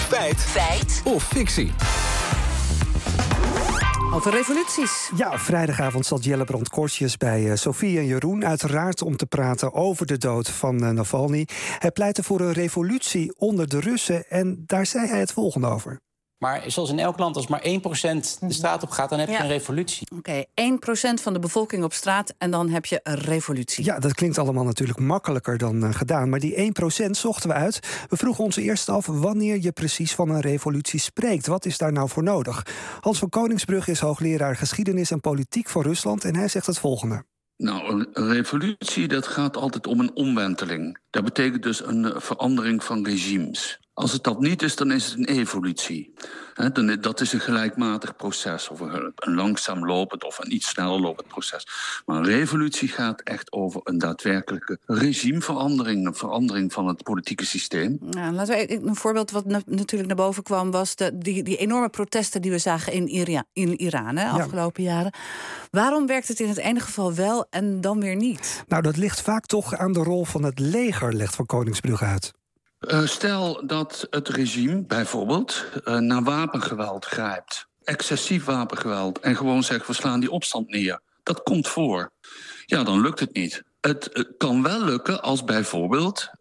Feit of fictie? Over revoluties. Ja, vrijdagavond zat Jellebrand Kortjes bij Sofie en Jeroen, uiteraard om te praten over de dood van Navalny. Hij pleitte voor een revolutie onder de Russen en daar zei hij het volgende over. Maar zoals in elk land, als maar 1% de straat op gaat, dan heb je een revolutie. Oké, 1% van de bevolking op straat en dan heb je een revolutie. Ja, dat klinkt allemaal natuurlijk makkelijker dan gedaan. Maar die 1% zochten we uit. We vroegen ons eerst af wanneer je precies van een revolutie spreekt. Wat is daar nou voor nodig? Hans van Koningsbrug is hoogleraar geschiedenis en politiek van Rusland en hij zegt het volgende. Nou, een revolutie, dat gaat altijd om een omwenteling. Dat betekent dus een verandering van regimes. Als het dat niet is, dan is het een evolutie. Dat is een gelijkmatig proces, of een langzaam lopend of een iets sneller lopend proces. Maar een revolutie gaat echt over een daadwerkelijke regimeverandering, een verandering van het politieke systeem. Nou, laten we een voorbeeld wat natuurlijk naar boven kwam, was die enorme protesten die we zagen in Iran afgelopen jaren. Waarom werkt het in het ene geval wel en dan weer niet? Nou, dat ligt vaak toch aan de rol van het leger, legt Van Koningsbrug uit. Stel dat het regime bijvoorbeeld naar wapengeweld grijpt. Excessief wapengeweld. En gewoon zegt, we slaan die opstand neer. Dat komt voor. Ja, dan lukt het niet. Het kan wel lukken als bijvoorbeeld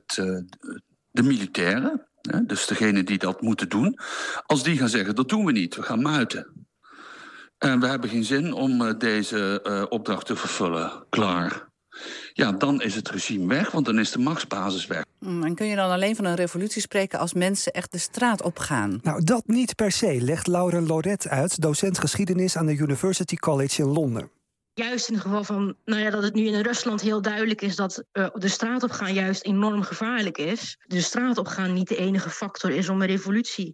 de militairen, dus degene die dat moeten doen, als die gaan zeggen, dat doen we niet, we gaan muiten. En we hebben geen zin om deze opdracht te vervullen. Klaar. Ja, dan is het regime weg, want dan is de machtsbasis weg. En kun je dan alleen van een revolutie spreken als mensen echt de straat op gaan? Nou, dat niet per se, legt Lauren Loret uit, docent geschiedenis aan de University College in Londen. Juist in het geval van dat het nu in Rusland heel duidelijk is dat de straat op gaan juist enorm gevaarlijk is. De straat op gaan niet de enige factor is om een revolutie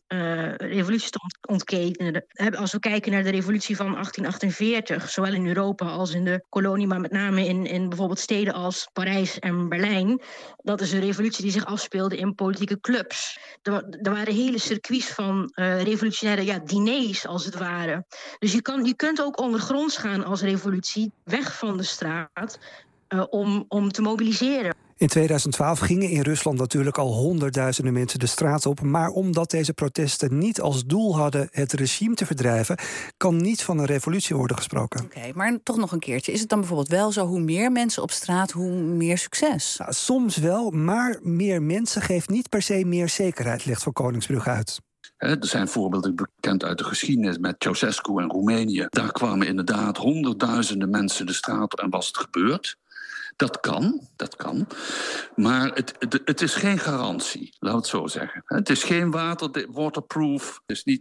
te ontketenen. Als we kijken naar de revolutie van 1848, zowel in Europa als in de kolonie, maar met name in bijvoorbeeld steden als Parijs en Berlijn. Dat is een revolutie die zich afspeelde in politieke clubs. Er waren hele circuits van revolutionaire diners, als het ware. Dus je kunt ook ondergronds gaan als revolutie, weg van de straat, om te mobiliseren. In 2012 gingen in Rusland natuurlijk al honderdduizenden mensen de straat op. Maar omdat deze protesten niet als doel hadden het regime te verdrijven, kan niet van een revolutie worden gesproken. Oké, maar toch nog een keertje. Is het dan bijvoorbeeld wel zo, hoe meer mensen op straat, hoe meer succes? Nou, soms wel, maar meer mensen geeft niet per se meer zekerheid, legt Van Koningsbrug uit. Er zijn voorbeelden bekend uit de geschiedenis met Ceausescu en Roemenië. Daar kwamen inderdaad honderdduizenden mensen de straat op en was het gebeurd. Dat kan. Maar het is geen garantie, laat het zo zeggen. Het is geen waterproof.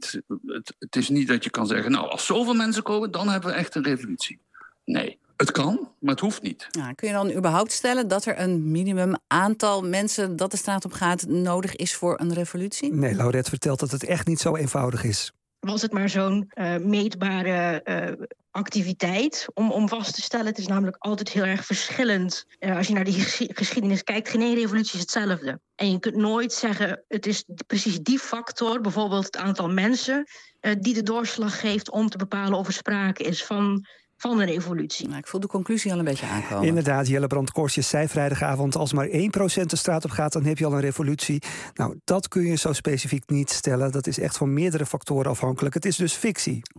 Het is niet dat je kan zeggen, nou, als zoveel mensen komen, dan hebben we echt een revolutie. Nee. Het kan, maar het hoeft niet. Ja, kun je dan überhaupt stellen dat er een minimum aantal mensen dat de straat op gaat nodig is voor een revolutie? Nee, Lauret vertelt dat het echt niet zo eenvoudig is. Was het maar zo'n meetbare activiteit om vast te stellen. Het is namelijk altijd heel erg verschillend. Als je naar de geschiedenis kijkt, geen revolutie is hetzelfde. En je kunt nooit zeggen, het is precies die factor, bijvoorbeeld het aantal mensen, die de doorslag geeft om te bepalen of er sprake is van een revolutie. Nou, ik voel de conclusie al een beetje aankomen. Inderdaad, Jellebrand Kortjes zei vrijdagavond, als maar 1% de straat op gaat, dan heb je al een revolutie. Nou, dat kun je zo specifiek niet stellen. Dat is echt van meerdere factoren afhankelijk. Het is dus fictie.